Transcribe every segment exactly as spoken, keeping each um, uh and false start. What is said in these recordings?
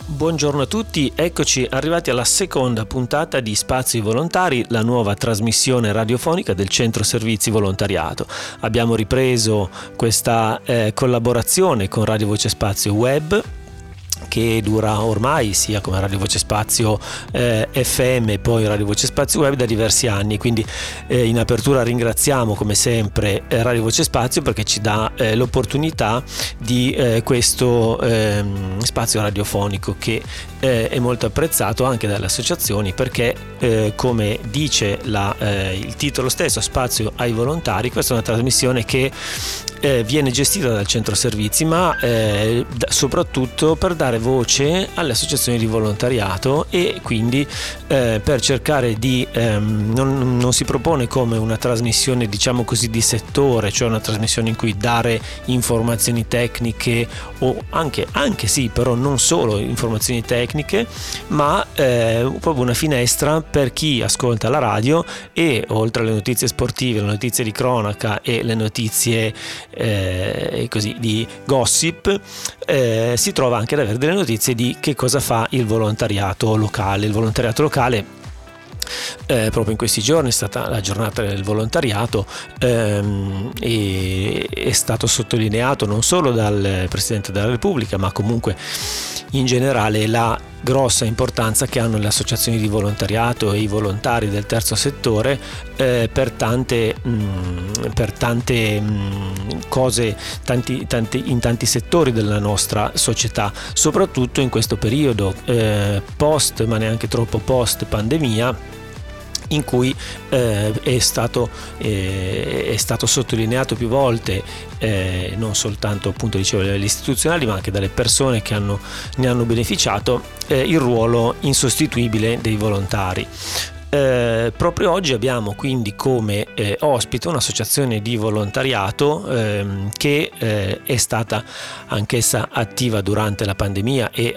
Buongiorno a tutti, eccoci arrivati alla seconda puntata di Spazi Volontari, la nuova trasmissione radiofonica del Centro Servizi Volontariato. Abbiamo ripreso questa eh, collaborazione con Radio Voce Spazio Web, che dura ormai sia come Radio Voce Spazio eh, F M e poi Radio Voce Spazio Web da diversi anni, quindi eh, in apertura ringraziamo come sempre eh, Radio Voce Spazio perché ci dà eh, l'opportunità di eh, questo eh, spazio radiofonico che eh, è molto apprezzato anche dalle associazioni perché eh, come dice la, eh, il titolo stesso, Spazio ai Volontari, questa è una trasmissione che eh, viene gestita dal Centro Servizi ma eh, da, soprattutto per dare voce alle associazioni di volontariato e quindi eh, per cercare di ehm, non, non si propone come una trasmissione diciamo così di settore, cioè una trasmissione in cui dare informazioni tecniche o anche, anche sì però non solo informazioni tecniche ma eh, proprio una finestra per chi ascolta la radio e oltre alle notizie sportive, le notizie di cronaca e le notizie eh, così di gossip eh, si trova anche ad avere delle notizie di che cosa fa il volontariato locale. Il volontariato locale Eh, proprio in questi giorni è stata la giornata del volontariato ehm, e è stato sottolineato non solo dal Presidente della Repubblica ma comunque in generale la grossa importanza che hanno le associazioni di volontariato e i volontari del terzo settore eh, per tante, mh, per tante mh, cose tanti, tanti, in tanti settori della nostra società, soprattutto in questo periodo eh, post ma neanche troppo post pandemia in cui eh, è stato eh, è stato sottolineato più volte eh, non soltanto appunto dicevo a livelli istituzionali ma anche dalle persone che hanno, ne hanno beneficiato eh, il ruolo insostituibile dei volontari. Eh, proprio oggi abbiamo quindi come eh, ospite un'associazione di volontariato ehm, che eh, è stata anch'essa attiva durante la pandemia e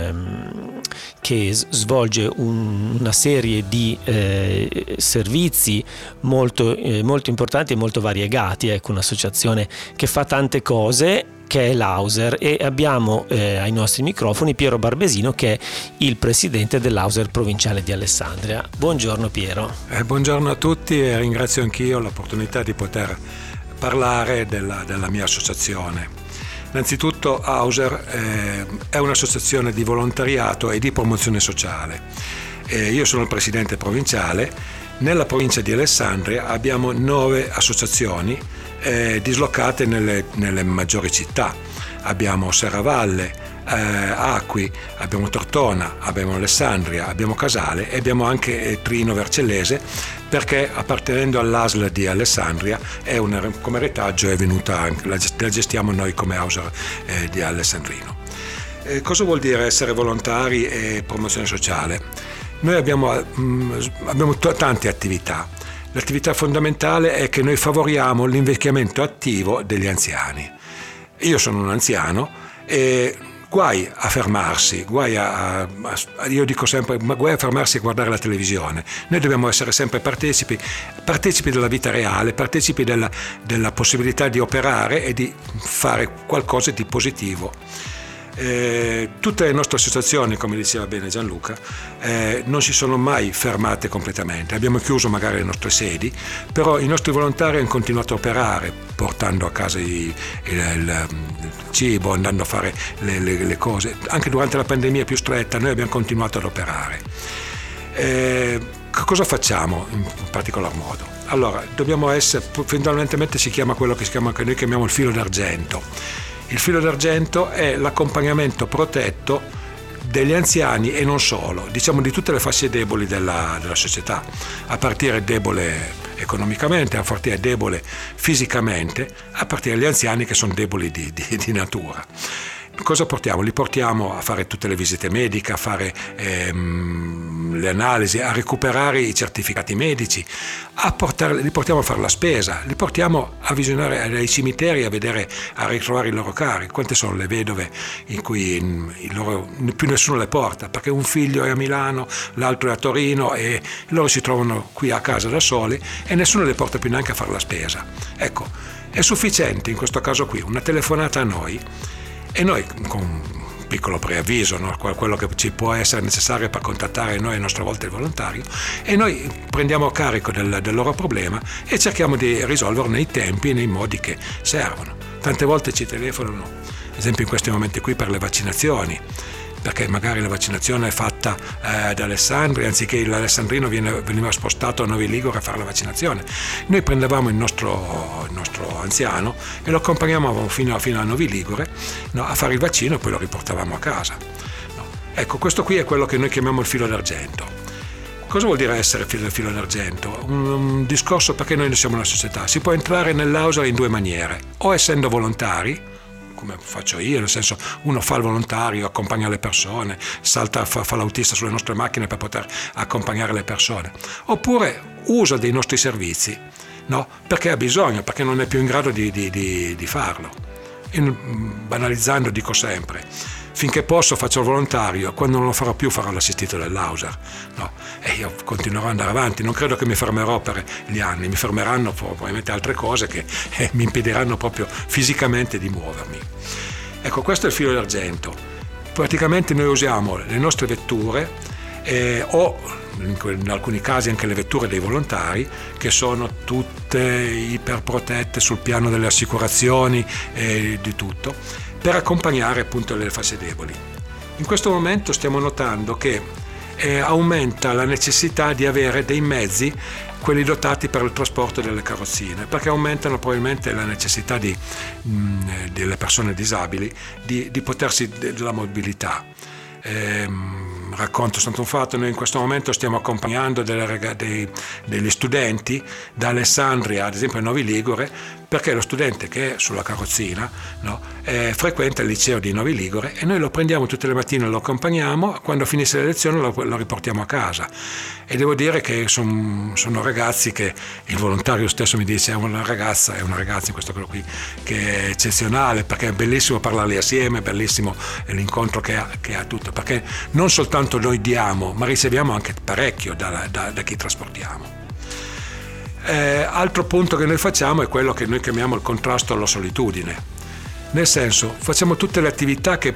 ehm, che svolge un, una serie di eh, servizi molto, eh, molto importanti e molto variegati. Ecco, un'associazione che fa tante cose, che è l'Auser, e abbiamo eh, ai nostri microfoni Piero Barbesino che è il presidente dell'Auser provinciale di Alessandria. Buongiorno Piero. Eh, buongiorno a tutti e ringrazio anch'io l'opportunità di poter parlare della, della mia associazione. Innanzitutto Auser eh, è un'associazione di volontariato e di promozione sociale. Eh, io sono il presidente provinciale. Nella provincia di Alessandria abbiamo nove associazioni eh, dislocate nelle, nelle maggiori città. Abbiamo Serravalle, eh, Acqui, abbiamo Tortona, abbiamo Alessandria, abbiamo Casale e abbiamo anche eh, Trino Vercellese, perché appartenendo all'A S L di Alessandria è una, come retaggio è venuta anche, la, la gestiamo noi come Auser eh, di Alessandrino. Eh, cosa vuol dire essere volontari e promozione sociale? Noi abbiamo, mh, abbiamo t- tante attività. L'attività fondamentale è che noi favoriamo l'invecchiamento attivo degli anziani. Io sono un anziano e guai a fermarsi, guai a, a, io dico sempre, ma guai a fermarsi e guardare la televisione. Noi dobbiamo essere sempre partecipi, partecipi della vita reale, partecipi della, della possibilità di operare e di fare qualcosa di positivo. Eh, tutte le nostre associazioni, come diceva bene Gianluca, eh, non si sono mai fermate completamente. Abbiamo chiuso magari le nostre sedi, però i nostri volontari hanno continuato a operare, portando a casa il, il, il cibo, andando a fare le, le, le cose. Anche durante la pandemia più stretta noi abbiamo continuato ad operare. Eh, cosa facciamo in particolar modo? Allora, dobbiamo essere, fondamentalmente si chiama quello che, si chiama, che noi chiamiamo il filo d'argento. Il filo d'argento è l'accompagnamento protetto degli anziani e non solo, diciamo di tutte le fasce deboli della, della società, a partire debole economicamente, a partire debole fisicamente, a partire dagli anziani che sono deboli di, di, di natura. Cosa portiamo? Li portiamo a fare tutte le visite mediche, a fare ehm, le analisi, a recuperare i certificati medici, a portare, li portiamo a fare la spesa, li portiamo a visionare ai cimiteri, a vedere, a ritrovare i loro cari. Quante sono le vedove in cui il loro, più nessuno le porta, perché un figlio è a Milano, l'altro è a Torino e loro si trovano qui a casa da soli e nessuno le porta più neanche a fare la spesa. Ecco, è sufficiente in questo caso qui una telefonata a noi. E noi con piccolo preavviso, no? Quello che ci può essere necessario per contattare noi a nostra volta il volontario, e noi prendiamo a carico del, del loro problema e cerchiamo di risolverlo nei tempi e nei modi che servono. Tante volte ci telefonano, ad esempio in questi momenti qui, per le vaccinazioni, perché magari la vaccinazione è fatta eh, da Alessandria, anziché l'alessandrino viene, veniva spostato a Novi Ligure a fare la vaccinazione. Noi prendevamo il nostro, il nostro anziano e lo accompagnavamo fino, fino a Novi Ligure, no, a fare il vaccino, e poi lo riportavamo a casa. No. Ecco, questo qui è quello che noi chiamiamo il filo d'argento. Cosa vuol dire essere filo, filo d'argento? Un, un discorso, perché noi siamo una società. Si può entrare nell'Auser in due maniere: o essendo volontari, come faccio io, nel senso, uno fa il volontario, accompagna le persone, salta, fa, fa l'autista sulle nostre macchine per poter accompagnare le persone, oppure usa dei nostri servizi, no? Perché ha bisogno, perché non è più in grado di, di, di, di farlo. In, banalizzando dico sempre: finché posso faccio il volontario, quando non lo farò più farò l'assistito dell'Auser, no? E io continuerò ad andare avanti, non credo che mi fermerò per gli anni, mi fermeranno probabilmente altre cose che eh, mi impediranno proprio fisicamente di muovermi. Ecco, questo è il filo d'argento. Praticamente noi usiamo le nostre vetture eh, o in alcuni casi anche le vetture dei volontari, che sono tutte iperprotette sul piano delle assicurazioni e di tutto, per accompagnare appunto le fasce deboli. In questo momento stiamo notando che eh, aumenta la necessità di avere dei mezzi, quelli dotati per il trasporto delle carrozzine, perché aumentano probabilmente la necessità di, mh, delle persone disabili di, di potersi della mobilità. Ehm, racconto soltanto un fatto: noi in questo momento stiamo accompagnando delle, dei, degli studenti da Alessandria, ad esempio a Novi Ligure, perché lo studente che è sulla carrozzina, no, eh, frequenta il liceo di Novi Ligure, e noi lo prendiamo tutte le mattine, lo accompagniamo, quando finisce la lezione lo, lo riportiamo a casa. E devo dire che son, sono ragazzi che il volontario stesso mi dice: è una ragazza, è una ragazza in questo quello qui, che è eccezionale, perché è bellissimo parlarli assieme, è bellissimo l'incontro che ha, che ha tutto, perché non soltanto noi diamo, ma riceviamo anche parecchio da, da, da chi trasportiamo. Eh, altro punto che noi facciamo è quello che noi chiamiamo il contrasto alla solitudine, nel senso, facciamo tutte le attività che,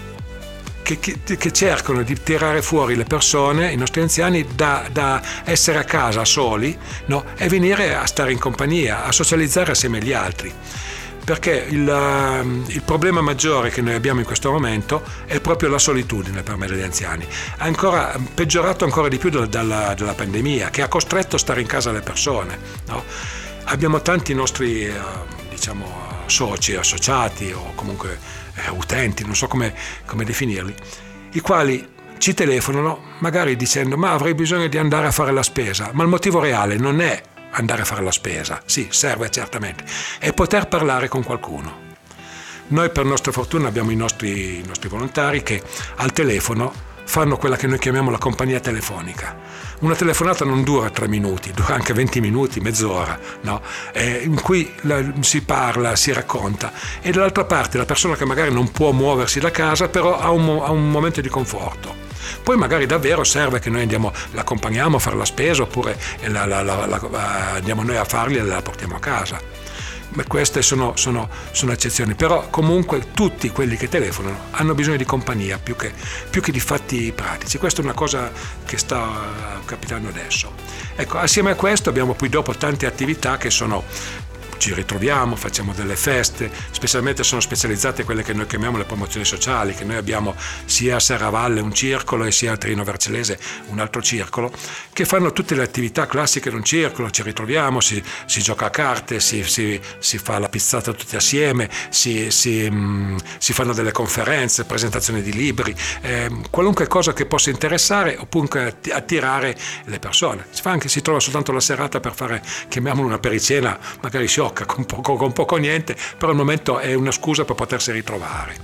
che, che, che cercano di tirare fuori le persone, i nostri anziani, da, da essere a casa soli, no? E venire a stare in compagnia, a socializzare assieme agli altri. Perché il, il problema maggiore che noi abbiamo in questo momento è proprio la solitudine per me degli anziani, ancora peggiorato ancora di più dalla, dalla pandemia, che ha costretto a stare in casa le persone, no? Abbiamo tanti nostri diciamo soci, associati o comunque eh, utenti, non so come, come definirli, i quali ci telefonano magari dicendo: ma avrei bisogno di andare a fare la spesa, ma il motivo reale non è andare a fare la spesa, sì, serve certamente, è poter parlare con qualcuno. Noi per nostra fortuna abbiamo i nostri, i nostri volontari che al telefono fanno quella che noi chiamiamo la compagnia telefonica. Una telefonata non dura tre minuti, dura anche venti minuti, mezz'ora, no? Eh, in cui la, si parla, si racconta, e dall'altra parte la persona che magari non può muoversi da casa però ha un, ha un momento di conforto. Poi magari davvero serve che noi andiamo, l'accompagniamo a fare la spesa, oppure la, la, la, la, andiamo noi a farli e la portiamo a casa. Beh, queste sono, sono, sono eccezioni, però comunque tutti quelli che telefonano hanno bisogno di compagnia più che, più che di fatti pratici. Questa è una cosa che sta capitando adesso. Ecco, assieme a questo abbiamo poi dopo tante attività che sono: ci ritroviamo, facciamo delle feste, specialmente sono specializzate quelle che noi chiamiamo le promozioni sociali, che noi abbiamo sia a Serravalle un circolo e sia a Trino Vercellese un altro circolo, che fanno tutte le attività classiche di un circolo. Ci ritroviamo, si, si gioca a carte, si, si, si fa la pizzata tutti assieme, si, si, mh, si fanno delle conferenze, presentazioni di libri, eh, qualunque cosa che possa interessare oppure attirare le persone. Si fa anche, si trova soltanto la serata per fare, chiamiamolo una pericena, magari sciocca, con poco, con poco niente, però al momento è una scusa per potersi ritrovare.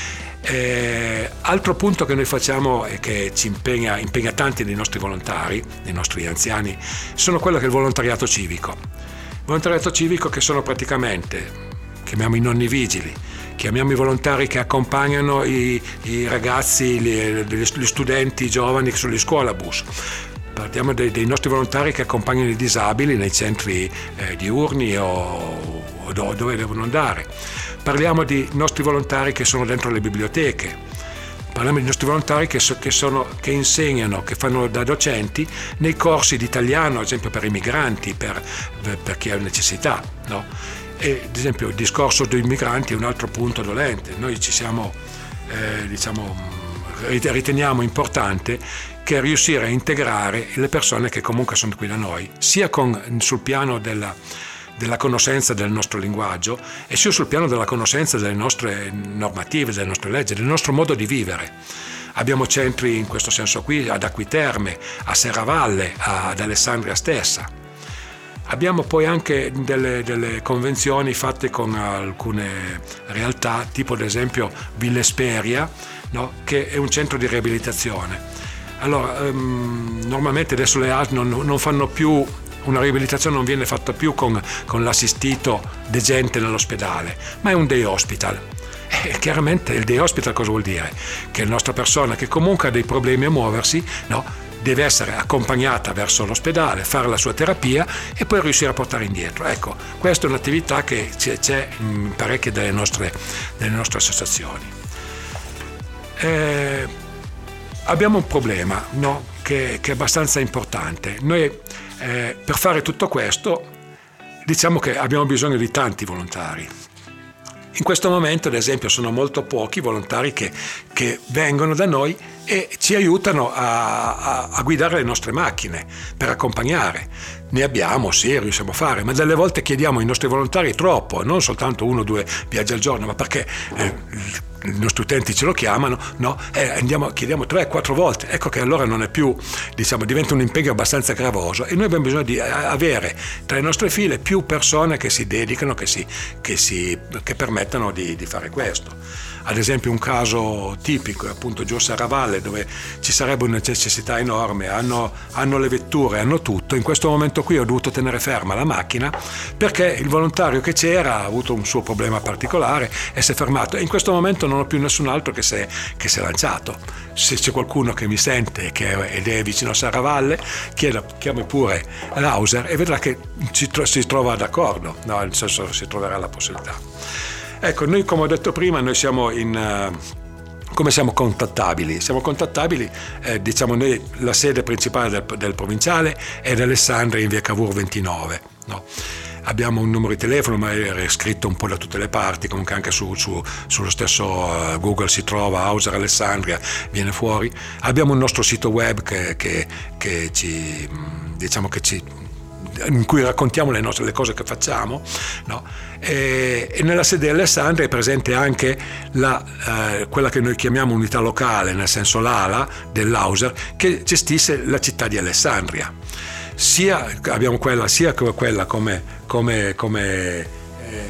Eh, altro punto che noi facciamo e che ci impegna, impegna tanti dei nostri volontari, dei nostri anziani, sono quello che è il volontariato civico. Il volontariato civico che sono praticamente, chiamiamo i nonni vigili, chiamiamo i volontari che accompagnano i, i ragazzi, gli, gli studenti i giovani sugli scuolabus. Parliamo dei, dei nostri volontari che accompagnano i disabili nei centri eh, diurni o, o dove devono andare. Parliamo di nostri volontari che sono dentro le biblioteche. parliamo di nostri volontari che, so, che, sono, che insegnano, che fanno da docenti nei corsi di italiano, ad esempio per i migranti, per, per chi ha necessità, no? E ad esempio il discorso dei migranti è un altro punto dolente. Noi ci siamo, eh, diciamo, riteniamo importante che riuscire a integrare le persone che comunque sono qui da noi, sia con, sul piano della, della conoscenza del nostro linguaggio e sia sul piano della conoscenza delle nostre normative, delle nostre leggi, del nostro modo di vivere. Abbiamo centri in questo senso qui ad Acquiterme, a Serravalle, ad Alessandria stessa. Abbiamo poi anche delle, delle convenzioni fatte con alcune realtà, tipo ad esempio Villa Esperia, no? Che è un centro di riabilitazione. Allora, um, normalmente adesso le A S L non, non fanno più, una riabilitazione non viene fatta più con, con l'assistito degente nell'ospedale, ma è un day hospital. E chiaramente il day hospital cosa vuol dire? Che la nostra persona che comunque ha dei problemi a muoversi, no? Deve essere accompagnata verso l'ospedale, fare la sua terapia e poi riuscire a portare indietro. Ecco, questa è un'attività che c'è in parecchie delle nostre, delle nostre associazioni. Eh, abbiamo un problema, no? che, che è abbastanza importante. Noi eh, per fare tutto questo diciamo che abbiamo bisogno di tanti volontari. In questo momento, ad esempio, sono molto pochi volontari che, che vengono da noi e ci aiutano a, a, a guidare le nostre macchine, per accompagnare. Ne abbiamo, sì, riusciamo a fare, ma delle volte chiediamo ai nostri volontari troppo, non soltanto uno o due viaggi al giorno, ma perché eh, i nostri utenti ce lo chiamano, no? Eh, andiamo, chiediamo tre, quattro volte. Ecco che allora non è più, diciamo, diventa un impegno abbastanza gravoso e noi abbiamo bisogno di avere tra le nostre file più persone che si dedicano, che, si, che, si, che permettano di, di fare questo. Ad esempio un caso tipico è appunto giù a Serravalle, dove ci sarebbe una necessità enorme, hanno, hanno le vetture, hanno tutto. In questo momento qui ho dovuto tenere ferma la macchina perché il volontario che c'era ha avuto un suo problema particolare e si è fermato, e in questo momento non ho più nessun altro che si è, che si è lanciato. Se c'è qualcuno che mi sente che è, ed è vicino a Serravalle, chieda, chiami pure l'Auser e vedrà che ci, si trova d'accordo, no, nel senso si troverà la possibilità. Ecco, noi come ho detto prima, noi siamo in... Uh, come siamo contattabili? Siamo contattabili, eh, diciamo noi, la sede principale del, del provinciale è ad Alessandria in via Cavour ventinove, no? Abbiamo un numero di telefono, ma è scritto un po' da tutte le parti, comunque anche su, su, sullo stesso uh, Google si trova, Auser Alessandria, viene fuori. Abbiamo un nostro sito web che, che, che ci, diciamo che ci... in cui raccontiamo le nostre le cose che facciamo, no? E, e nella sede di Alessandria è presente anche la, eh, quella che noi chiamiamo unità locale, nel senso l'ala dell'Auser, che gestisce la città di Alessandria. Sia abbiamo quella sia quella come come come eh,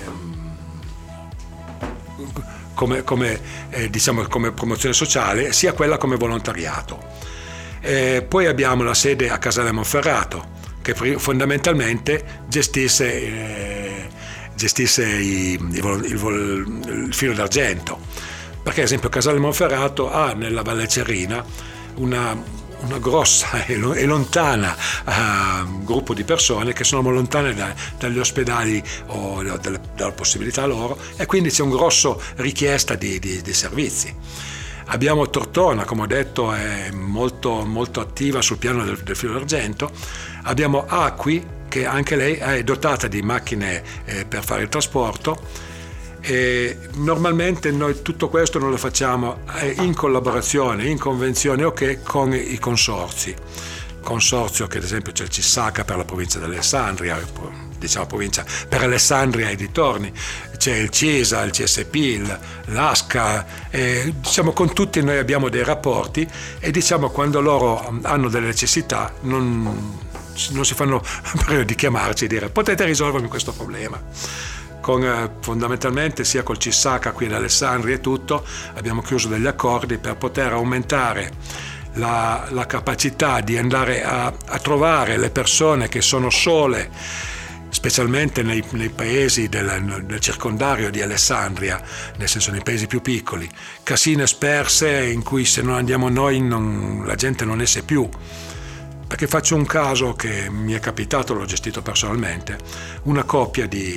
come, come eh, diciamo come promozione sociale, sia quella come volontariato. E poi abbiamo la sede a Casale Monferrato, che fondamentalmente gestisse, eh, gestisse i, il, il, il filo d'argento, perché ad esempio Casale Monferrato ha nella Valle Cerrina una, una grossa e lontana uh, gruppo di persone che sono lontane da, dagli ospedali o delle, dalla possibilità loro, e quindi c'è un grosso richiesta di, di, di servizi. Abbiamo Tortona, come ho detto, è molto, molto attiva sul piano del, del filo d'argento. Abbiamo Acqui, che anche lei è dotata di macchine eh, per fare il trasporto. E normalmente noi tutto questo non lo facciamo eh, in collaborazione, in convenzione o okay, con i consorzi. Consorzio che ad esempio c'è il Cissaca per la provincia di Alessandria, diciamo provincia per Alessandria e dintorni, c'è il CISA, il C S P, l'ASCA, e, diciamo con tutti noi abbiamo dei rapporti e diciamo quando loro hanno delle necessità non, non si fanno prima di chiamarci e dire potete risolvermi questo problema. Con, eh, fondamentalmente sia col Cissaca qui in Alessandria e tutto abbiamo chiuso degli accordi per poter aumentare La, la capacità di andare a, a trovare le persone che sono sole, specialmente nei, nei paesi del, del circondario di Alessandria, nel senso nei paesi più piccoli, casine sperse in cui se non andiamo noi non, la gente non esce più. Perché faccio un caso che mi è capitato, l'ho gestito personalmente, una coppia di,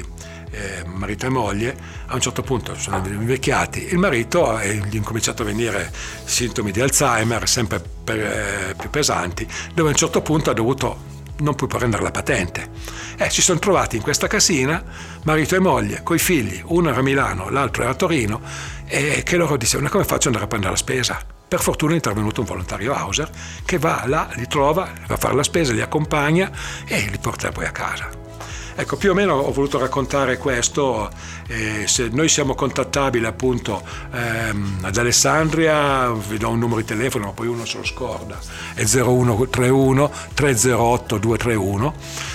eh, marito e moglie, a un certo punto sono invecchiati, il marito eh, gli è incominciato a venire sintomi di Alzheimer sempre per, eh, più pesanti, dove a un certo punto ha dovuto non puoi prendere la patente. Eh, si sono trovati in questa casina, marito e moglie, coi figli, uno era a Milano, l'altro era a Torino, e che loro dicevano: come faccio ad andare a prendere la spesa? Per fortuna è intervenuto un volontario Hauser che va là, li trova, va a fare la spesa, li accompagna e li porta poi a casa. Ecco, più o meno ho voluto raccontare questo. Eh, se noi siamo contattabili appunto ehm, ad Alessandria, vi do un numero di telefono, ma poi uno se lo scorda, è zero uno tre uno tre zero otto due tre uno.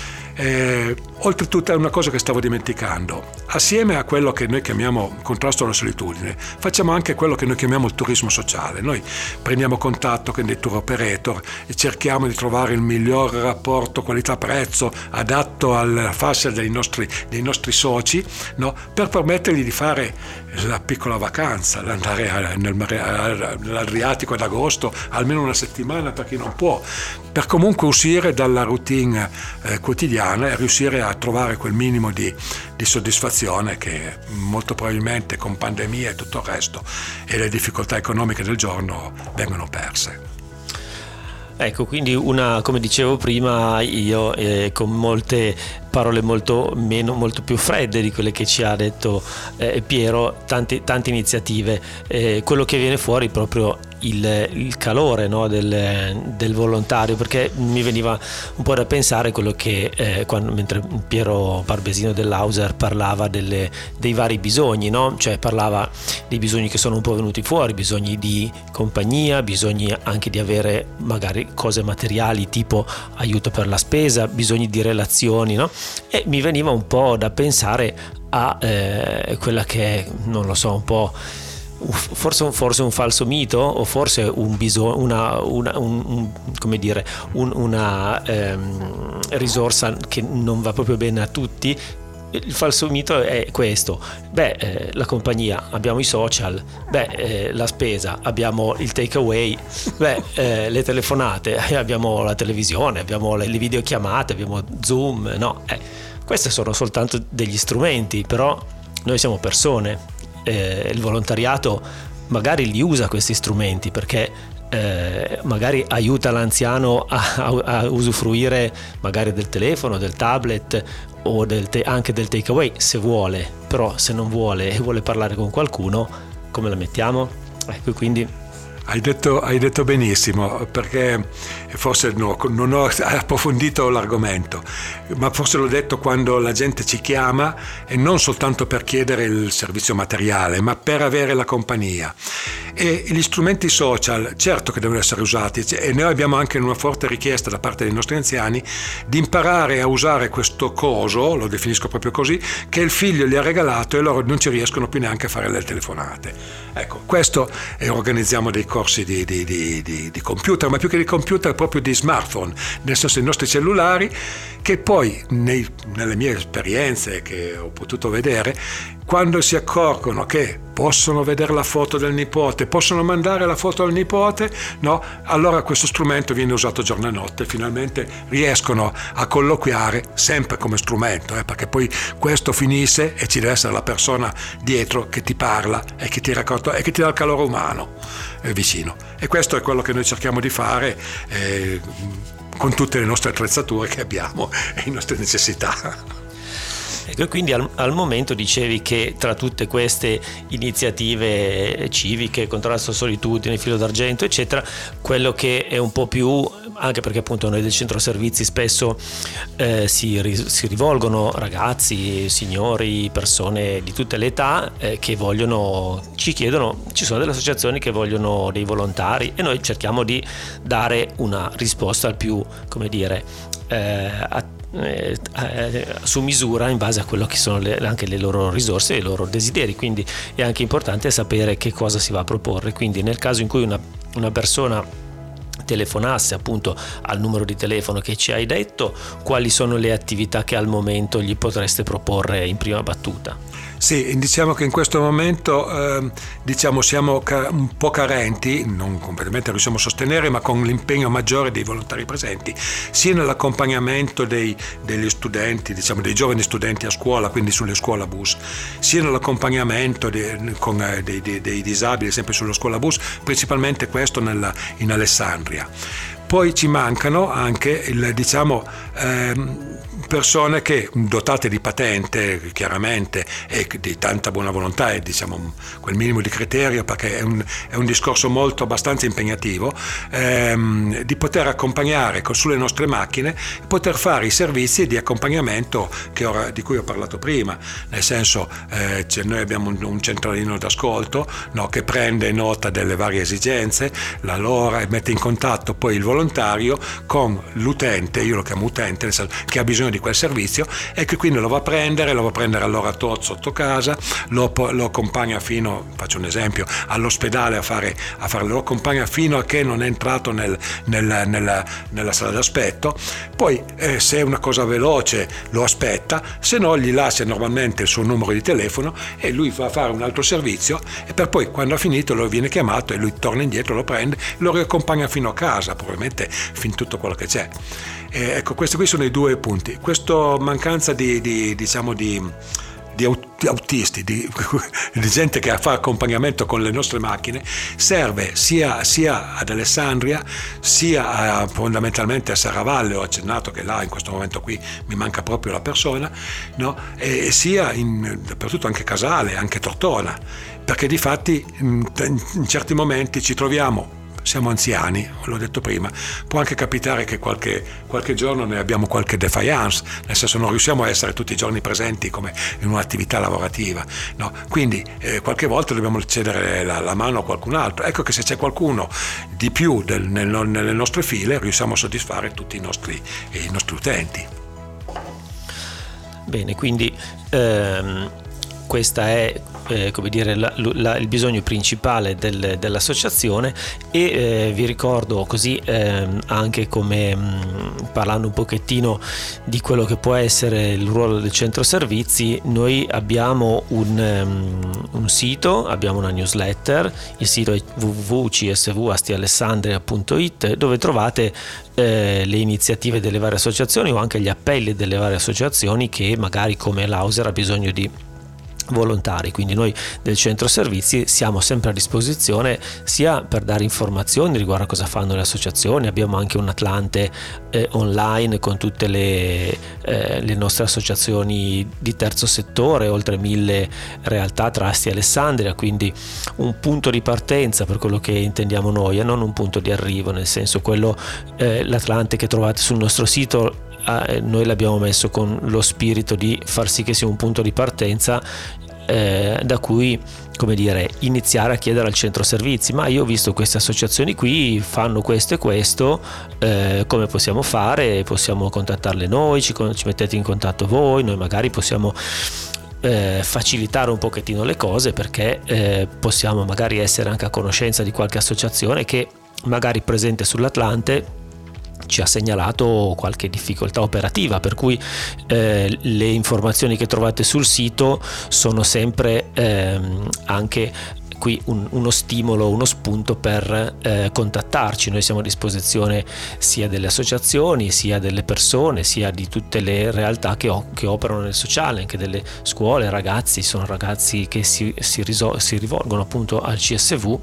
Eh, oltretutto è una cosa che stavo dimenticando: assieme a quello che noi chiamiamo contrasto alla solitudine, facciamo anche quello che noi chiamiamo il turismo sociale. Noi prendiamo contatto con dei tour operator e cerchiamo di trovare il miglior rapporto qualità-prezzo adatto alla fascia dei nostri, dei nostri soci, no? Per permettergli di fare la piccola vacanza, andare nel mare, nell'Adriatico ad agosto, almeno una settimana per chi non può, per comunque uscire dalla routine eh, quotidiana e riuscire a trovare quel minimo di, di soddisfazione che molto probabilmente con pandemia e tutto il resto e le difficoltà economiche del giorno vengono perse. Ecco, quindi una, come dicevo prima, io eh, con molte parole molto meno, molto più fredde di quelle che ci ha detto eh, Piero, tante, tante iniziative, eh, quello che viene fuori proprio il, il calore, no, del, del volontario, perché mi veniva un po' da pensare quello che eh, quando, mentre Piero Barbesino dell'Hauser parlava delle, dei vari bisogni, no? Cioè parlava dei bisogni che sono un po' venuti fuori, bisogni di compagnia, bisogni anche di avere magari cose materiali tipo aiuto per la spesa, bisogni di relazioni, no? E mi veniva un po' da pensare a eh, quella che è, non lo so, un po' forse un, forse un falso mito, o forse un bisogno, una, una un, un, come dire, un, una ehm, risorsa che non va proprio bene a tutti. Il falso mito è questo: beh, eh, la compagnia, abbiamo i social, beh, eh, la spesa, abbiamo il takeaway, beh, eh, le telefonate, abbiamo la televisione, abbiamo le, le videochiamate, abbiamo Zoom, no? Eh, questi sono soltanto degli strumenti, però noi siamo persone. Eh, il volontariato magari li usa questi strumenti perché eh, magari aiuta l'anziano a, a, a usufruire magari del telefono, del tablet o del te- anche del takeaway se vuole, però se non vuole e vuole parlare con qualcuno, come la mettiamo? Ecco, quindi Hai detto, hai detto benissimo, perché forse no, non ho approfondito l'argomento, ma forse l'ho detto quando la gente ci chiama, e non soltanto per chiedere il servizio materiale, ma per avere la compagnia. E gli strumenti social, certo che devono essere usati, e noi abbiamo anche una forte richiesta da parte dei nostri anziani di imparare a usare questo coso, lo definisco proprio così, che il figlio gli ha regalato e loro non ci riescono più neanche a fare le telefonate. Ecco, questo, e organizziamo dei corsi di, di, di, di, di computer, ma più che di computer proprio di smartphone, nel senso dei nostri cellulari, che poi nei, nelle mie esperienze che ho potuto vedere, quando si accorgono che possono vedere la foto del nipote, possono mandare la foto al nipote, no? Allora questo strumento viene usato giorno e notte, finalmente riescono a colloquiare sempre come strumento, eh, perché poi questo finisce e ci deve essere la persona dietro che ti parla e che ti racconta e che ti dà il calore umano eh, vicino. E questo è quello che noi cerchiamo di fare eh, con tutte le nostre attrezzature che abbiamo e le nostre necessità. E quindi al, al momento dicevi che tra tutte queste iniziative civiche, contrasto alla solitudine, filo d'argento eccetera, quello che è un po' più, anche perché appunto noi del centro servizi spesso eh, si, ri, si rivolgono ragazzi, signori, persone di tutte le età eh, che vogliono, ci chiedono, ci sono delle associazioni che vogliono dei volontari e noi cerchiamo di dare una risposta al più, come dire, eh, a, Eh, eh, su misura in base a quello che sono le, anche le loro risorse e i loro desideri, quindi è anche importante sapere che cosa si va a proporre. Quindi nel caso in cui una, una persona telefonasse appunto al numero di telefono che ci hai detto, quali sono le attività che al momento gli potreste proporre in prima battuta? Sì, diciamo che in questo momento eh, diciamo siamo ca- un po' carenti, non completamente riusciamo a sostenere, ma con l'impegno maggiore dei volontari presenti, sia nell'accompagnamento dei, degli studenti, diciamo dei giovani studenti a scuola, quindi sulle scuola bus, sia nell'accompagnamento de, con, eh, dei, dei, dei disabili, sempre sulla scuola bus, principalmente questo nella, in Alessandria. Poi ci mancano anche il, diciamo, ehm, persone che dotate di patente chiaramente e di tanta buona volontà e diciamo quel minimo di criterio, perché è un, è un discorso molto abbastanza impegnativo, ehm, di poter accompagnare sulle nostre macchine, poter fare i servizi di accompagnamento che ora, di cui ho parlato prima, nel senso eh, cioè noi abbiamo un, un centralino d'ascolto, no, che prende nota delle varie esigenze, la loro, e mette in contatto poi il volontario con l'utente, io lo chiamo utente, nel senso che ha bisogno di quel servizio e che quindi lo va a prendere, lo va a prendere all'oratorio sotto casa, lo, lo accompagna fino, faccio un esempio, all'ospedale a fare, a fare lo accompagna fino a che non è entrato nel, nel, nella, nella sala d'aspetto, poi eh, se è una cosa veloce lo aspetta, se no gli lascia normalmente il suo numero di telefono e lui va a fare un altro servizio e per poi quando ha finito lo viene chiamato e lui torna indietro, lo prende, lo riaccompagna fino a casa, probabilmente fin tutto quello che c'è. Eh, ecco, questi qui sono i due punti. Questa mancanza di, di diciamo di, di autisti, di, di gente che fa accompagnamento con le nostre macchine, serve sia, sia ad Alessandria, sia a, fondamentalmente a Serravalle, ho accennato che là in questo momento qui mi manca proprio la persona, no? E sia in, dappertutto, anche Casale, anche Tortona, perché di fatti in, in certi momenti ci troviamo. Siamo anziani, l'ho detto prima, può anche capitare che qualche, qualche giorno ne abbiamo qualche defiance, nel senso non riusciamo a essere tutti i giorni presenti come in un'attività lavorativa, no? Quindi eh, qualche volta dobbiamo cedere la, la mano a qualcun altro. Ecco che se c'è qualcuno di più del, nel, nelle nostre file riusciamo a soddisfare tutti i nostri, i nostri utenti. Bene, quindi ehm, questa è Eh, come dire la, la, il bisogno principale del, dell'associazione e eh, vi ricordo così eh, anche come mh, parlando un pochettino di quello che può essere il ruolo del centro servizi, noi abbiamo un, um, un sito, abbiamo una newsletter, il sito è w w w punto c s v asti alessandria punto i t dove trovate eh, le iniziative delle varie associazioni o anche gli appelli delle varie associazioni che magari come l'Auser ha bisogno di volontari, quindi noi del centro servizi siamo sempre a disposizione sia per dare informazioni riguardo a cosa fanno le associazioni, abbiamo anche un Atlante eh, online con tutte le, eh, le nostre associazioni di terzo settore, oltre mille realtà tra Asti e Alessandria, quindi un punto di partenza per quello che intendiamo noi e non un punto di arrivo, nel senso quello eh, l'Atlante che trovate sul nostro sito Eh, noi l'abbiamo messo con lo spirito di far sì che sia un punto di partenza eh, da cui, come dire, iniziare a chiedere al centro servizi: ma io ho visto queste associazioni qui fanno questo e questo, eh, come possiamo fare? Possiamo contattarle noi, ci, ci mettete in contatto voi, noi magari possiamo eh, facilitare un pochettino le cose, perché eh, possiamo magari essere anche a conoscenza di qualche associazione che magari presente sull'Atlante ci ha segnalato qualche difficoltà operativa, per cui eh, le informazioni che trovate sul sito sono sempre ehm, anche qui un, uno stimolo, uno spunto per eh, contattarci. Noi siamo a disposizione sia delle associazioni, sia delle persone, sia di tutte le realtà che, o, che operano nel sociale, anche delle scuole, ragazzi, sono ragazzi che si, si, risol- si rivolgono appunto al C S V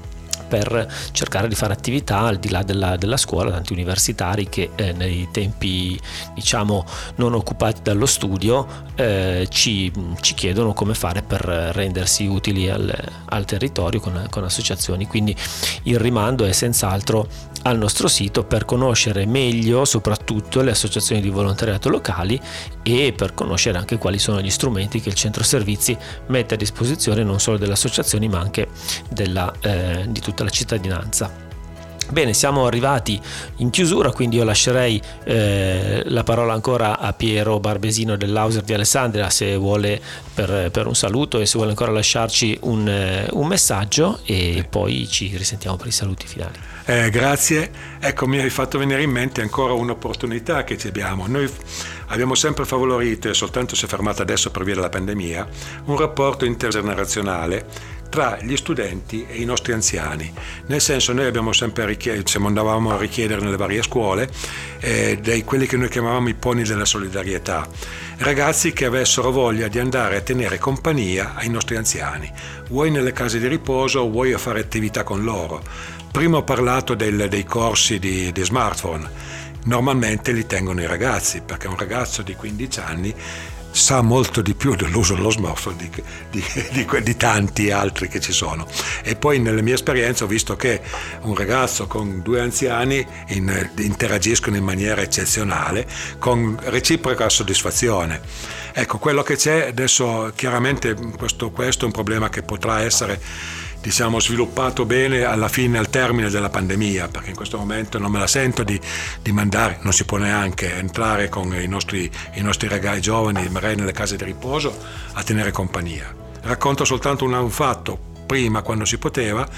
per cercare di fare attività al di là della, della scuola, tanti universitari che eh, nei tempi diciamo non occupati dallo studio eh, ci, ci chiedono come fare per rendersi utili al, al territorio con, con associazioni, quindi il rimando è senz'altro al nostro sito per conoscere meglio soprattutto le associazioni di volontariato locali e per conoscere anche quali sono gli strumenti che il centro servizi mette a disposizione non solo delle associazioni ma anche della, eh, di tutta la cittadinanza. Bene, siamo arrivati in chiusura, quindi io lascerei eh, la parola ancora a Piero Barbesino dell'Auser di Alessandria, se vuole per, per un saluto e se vuole ancora lasciarci un, eh, un messaggio, e sì. Poi ci risentiamo per i saluti finali. Eh, grazie, ecco, mi hai fatto venire in mente ancora un'opportunità che ci abbiamo. Noi abbiamo sempre favorito, e soltanto si è fermata adesso per via della pandemia, un rapporto intergenerazionale tra gli studenti e i nostri anziani. Nel senso, noi abbiamo sempre richiesto, siamo andavamo a richiedere nelle varie scuole eh, dei quelli che noi chiamavamo i poni della solidarietà, ragazzi che avessero voglia di andare a tenere compagnia ai nostri anziani, vuoi nelle case di riposo, vuoi a fare attività con loro. Prima ho parlato del, dei corsi di, di smartphone. Normalmente li tengono i ragazzi, perché un ragazzo di quindici anni sa molto di più dell'uso dello smartphone di, di, di, di tanti altri che ci sono. E poi nelle mie esperienze ho visto che un ragazzo con due anziani in, interagiscono in maniera eccezionale, con reciproca soddisfazione. Ecco, quello che c'è adesso, chiaramente questo, questo è un problema che potrà essere, diciamo, sviluppato bene alla fine, al termine della pandemia, perché in questo momento non me la sento di, di mandare, non si può neanche entrare con i nostri, i nostri ragazzi giovani, magari nelle case di riposo, a tenere compagnia. Racconto soltanto un, un fatto: prima, quando si poteva,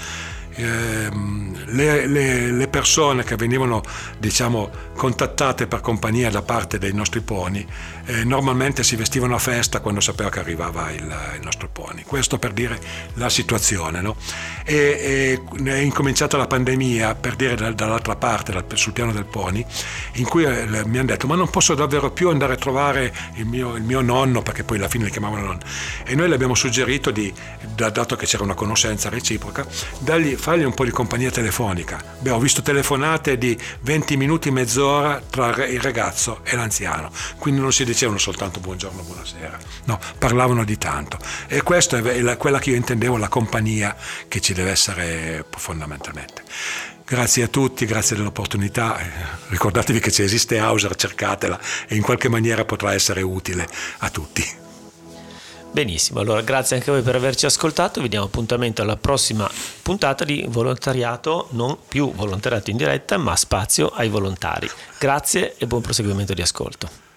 ehm, le, le, le persone che venivano, diciamo, contattate per compagnia da parte dei nostri poni, eh, normalmente si vestivano a festa quando sapeva che arrivava il, il nostro poni. Questo per dire la situazione, no? E, e è incominciata la pandemia, per dire dall'altra parte, dal, sul piano del poni, in cui eh, mi hanno detto: ma non posso davvero più andare a trovare il mio, il mio nonno, perché poi alla fine li chiamavano nonno. E noi le abbiamo suggerito di, da, dato che c'era una conoscenza reciproca, dargli, fargli un po' di compagnia telefonica. Beh, ho visto telefonate di venti minuti, mezz'ora tra il ragazzo e l'anziano, quindi non si dicevano soltanto buongiorno, buonasera, no, parlavano di tanto. E questa è la, quella che io intendevo, la compagnia che ci deve essere fondamentalmente. Grazie a tutti, grazie dell'opportunità, ricordatevi che se esiste Auser, cercatela, e in qualche maniera potrà essere utile a tutti. Benissimo, allora grazie anche a voi per averci ascoltato, vi diamo appuntamento alla prossima puntata di Volontariato, non più volontariato in diretta, ma spazio ai volontari. Grazie e buon proseguimento di ascolto.